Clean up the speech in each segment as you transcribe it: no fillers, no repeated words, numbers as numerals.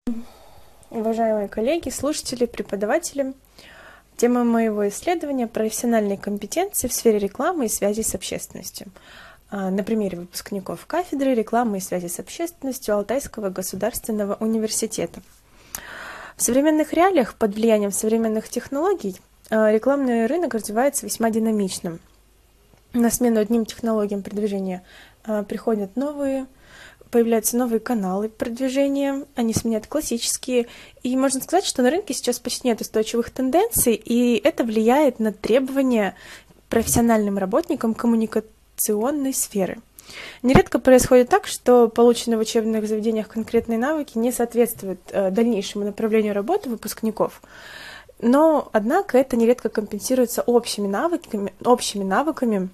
Уважаемые коллеги, слушатели, преподаватели, тема моего исследования — профессиональные компетенции в сфере рекламы и связи с общественностью. На примере выпускников кафедры рекламы и связи с общественностью Алтайского государственного университета. В современных реалиях под влиянием современных технологий рекламный рынок развивается весьма динамично. На смену одним технологиям продвижения появляются новые каналы продвижения, они сменяют классические, и можно сказать, что на рынке сейчас почти нет устойчивых тенденций, и это влияет на требования профессиональным работникам коммуникационной сферы. Нередко происходит так, что полученные в учебных заведениях конкретные навыки не соответствуют дальнейшему направлению работы выпускников, но, однако, это нередко компенсируется общими навыками.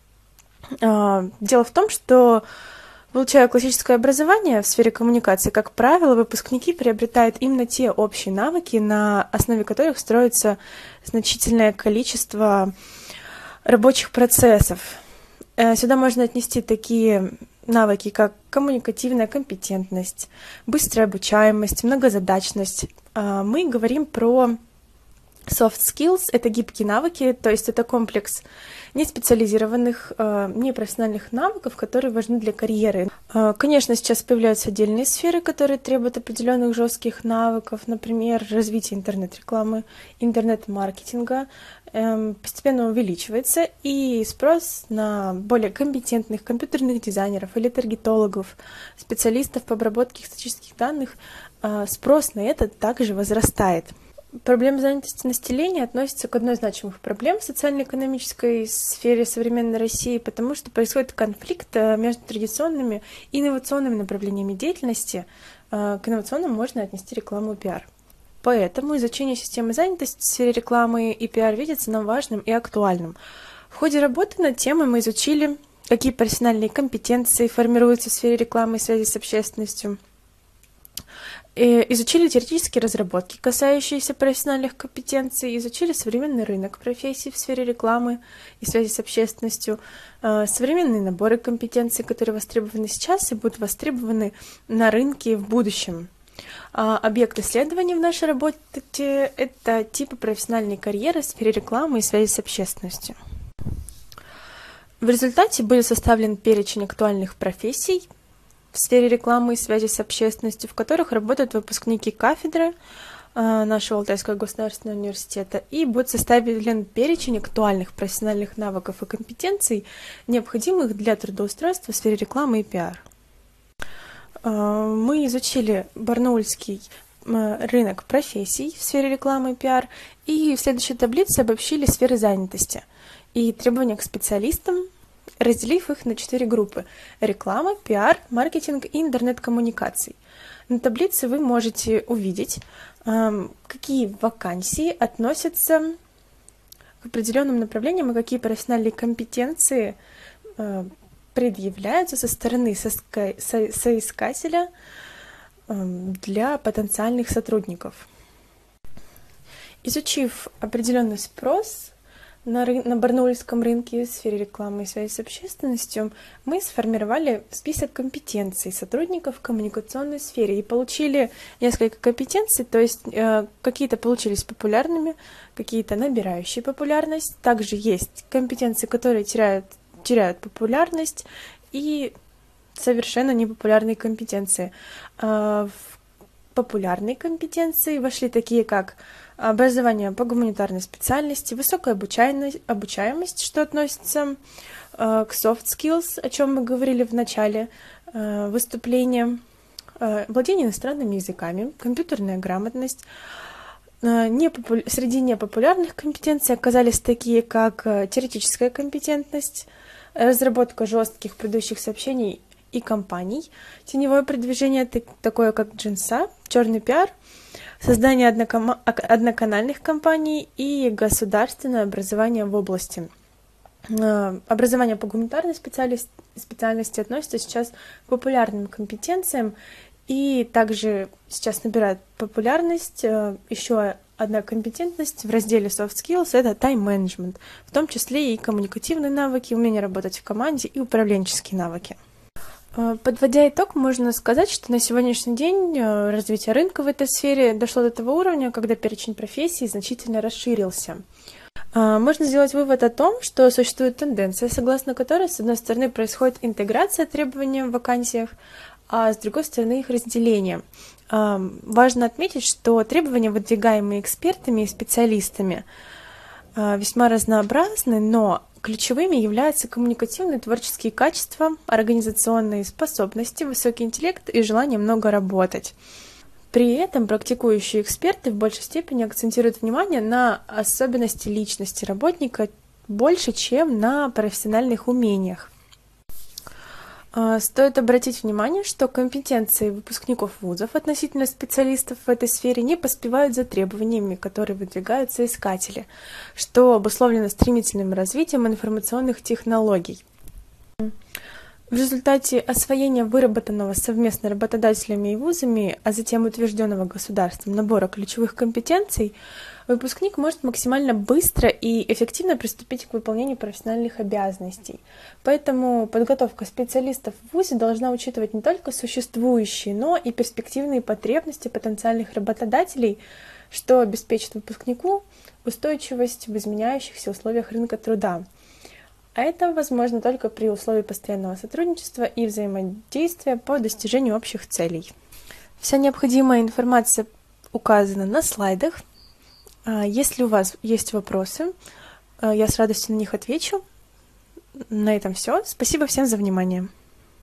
Дело в том, что, получая классическое образование в сфере коммуникации, как правило, выпускники приобретают именно те общие навыки, на основе которых строится значительное количество рабочих процессов. Сюда можно отнести такие навыки, как коммуникативная компетентность, быстрая обучаемость, многозадачность. Мы говорим про soft skills — это гибкие навыки, то есть это комплекс неспециализированных, непрофессиональных навыков, которые важны для карьеры. Конечно, сейчас появляются отдельные сферы, которые требуют определенных жестких навыков, например, развитие интернет-рекламы, интернет-маркетинга постепенно увеличивается, и спрос на более компетентных компьютерных дизайнеров или таргетологов, специалистов по обработке статистических данных, спрос на это также возрастает. Проблема занятости населения относится к одной из значимых проблем в социально-экономической сфере современной России, потому что происходит конфликт между традиционными и инновационными направлениями деятельности. К инновационным можно отнести рекламу и пиар. Поэтому изучение системы занятости в сфере рекламы и пиар видится нам важным и актуальным. В ходе работы над темой мы изучили, какие профессиональные компетенции формируются в сфере рекламы и связи с общественностью, изучили теоретические разработки, касающиеся профессиональных компетенций, изучили современный рынок профессий в сфере рекламы и связи с общественностью, современные наборы компетенций, которые востребованы сейчас и будут востребованы на рынке в будущем. Объект исследований в нашей работе — это типы профессиональной карьеры в сфере рекламы и связи с общественностью. В результате был составлен перечень актуальных профессий в сфере рекламы и связи с общественностью, в которых работают выпускники кафедры нашего Алтайского государственного университета, и будет составлен перечень актуальных профессиональных навыков и компетенций, необходимых для трудоустройства в сфере рекламы и пиар. Мы изучили барнаульский рынок профессий в сфере рекламы и пиар, и в следующей таблице обобщили сферы занятости и требования к специалистам, разделив их на 4 группы: реклама, пиар, маркетинг и интернет-коммуникации. На таблице вы можете увидеть, какие вакансии относятся к определенным направлениям и какие профессиональные компетенции предъявляются со стороны соискателя для потенциальных сотрудников. Изучив определенный спрос на барнаульском рынке в сфере рекламы и связи с общественностью, мы сформировали список компетенций сотрудников в коммуникационной сфере и получили несколько компетенций, то есть какие-то получились популярными, какие-то набирающие популярность. Также есть компетенции, которые теряют популярность, и совершенно непопулярные компетенции. В популярные компетенции вошли такие, как образование по гуманитарной специальности, высокая обучаемость, что относится к soft skills, о чем мы говорили в начале выступления, владение иностранными языками, компьютерная грамотность. Среди непопулярных компетенций оказались такие, как теоретическая компетентность, разработка жестких продающих сообщений и кампаний, теневое продвижение, такое как джинса, черный пиар, создание одноканальных компаний и государственное образование в области. Образование по гуманитарной специальности относится сейчас к популярным компетенциям, и также сейчас набирает популярность еще одна компетентность в разделе soft skills — это тайм-менеджмент, в том числе и коммуникативные навыки, умение работать в команде и управленческие навыки. Подводя итог, можно сказать, что на сегодняшний день развитие рынка в этой сфере дошло до того уровня, когда перечень профессий значительно расширился. Можно сделать вывод о том, что существует тенденция, согласно которой, с одной стороны, происходит интеграция требований в вакансиях, а с другой стороны, их разделение. Важно отметить, что требования, выдвигаемые экспертами и специалистами, весьма разнообразны, но ключевыми являются коммуникативные творческие качества, организационные способности, высокий интеллект и желание много работать. При этом практикующие эксперты в большей степени акцентируют внимание на особенности личности работника больше, чем на профессиональных умениях. Стоит обратить внимание, что компетенции выпускников вузов относительно специалистов в этой сфере не поспевают за требованиями, которые выдвигают соискатели, что обусловлено стремительным развитием информационных технологий. В результате освоения выработанного совместно работодателями и вузами, а затем утвержденного государством набора ключевых компетенций, выпускник может максимально быстро и эффективно приступить к выполнению профессиональных обязанностей. Поэтому подготовка специалистов в вузе должна учитывать не только существующие, но и перспективные потребности потенциальных работодателей, что обеспечит выпускнику устойчивость в изменяющихся условиях рынка труда. А это возможно только при условии постоянного сотрудничества и взаимодействия по достижению общих целей. Вся необходимая информация указана на слайдах. Если у вас есть вопросы, я с радостью на них отвечу. На этом все. Спасибо всем за внимание.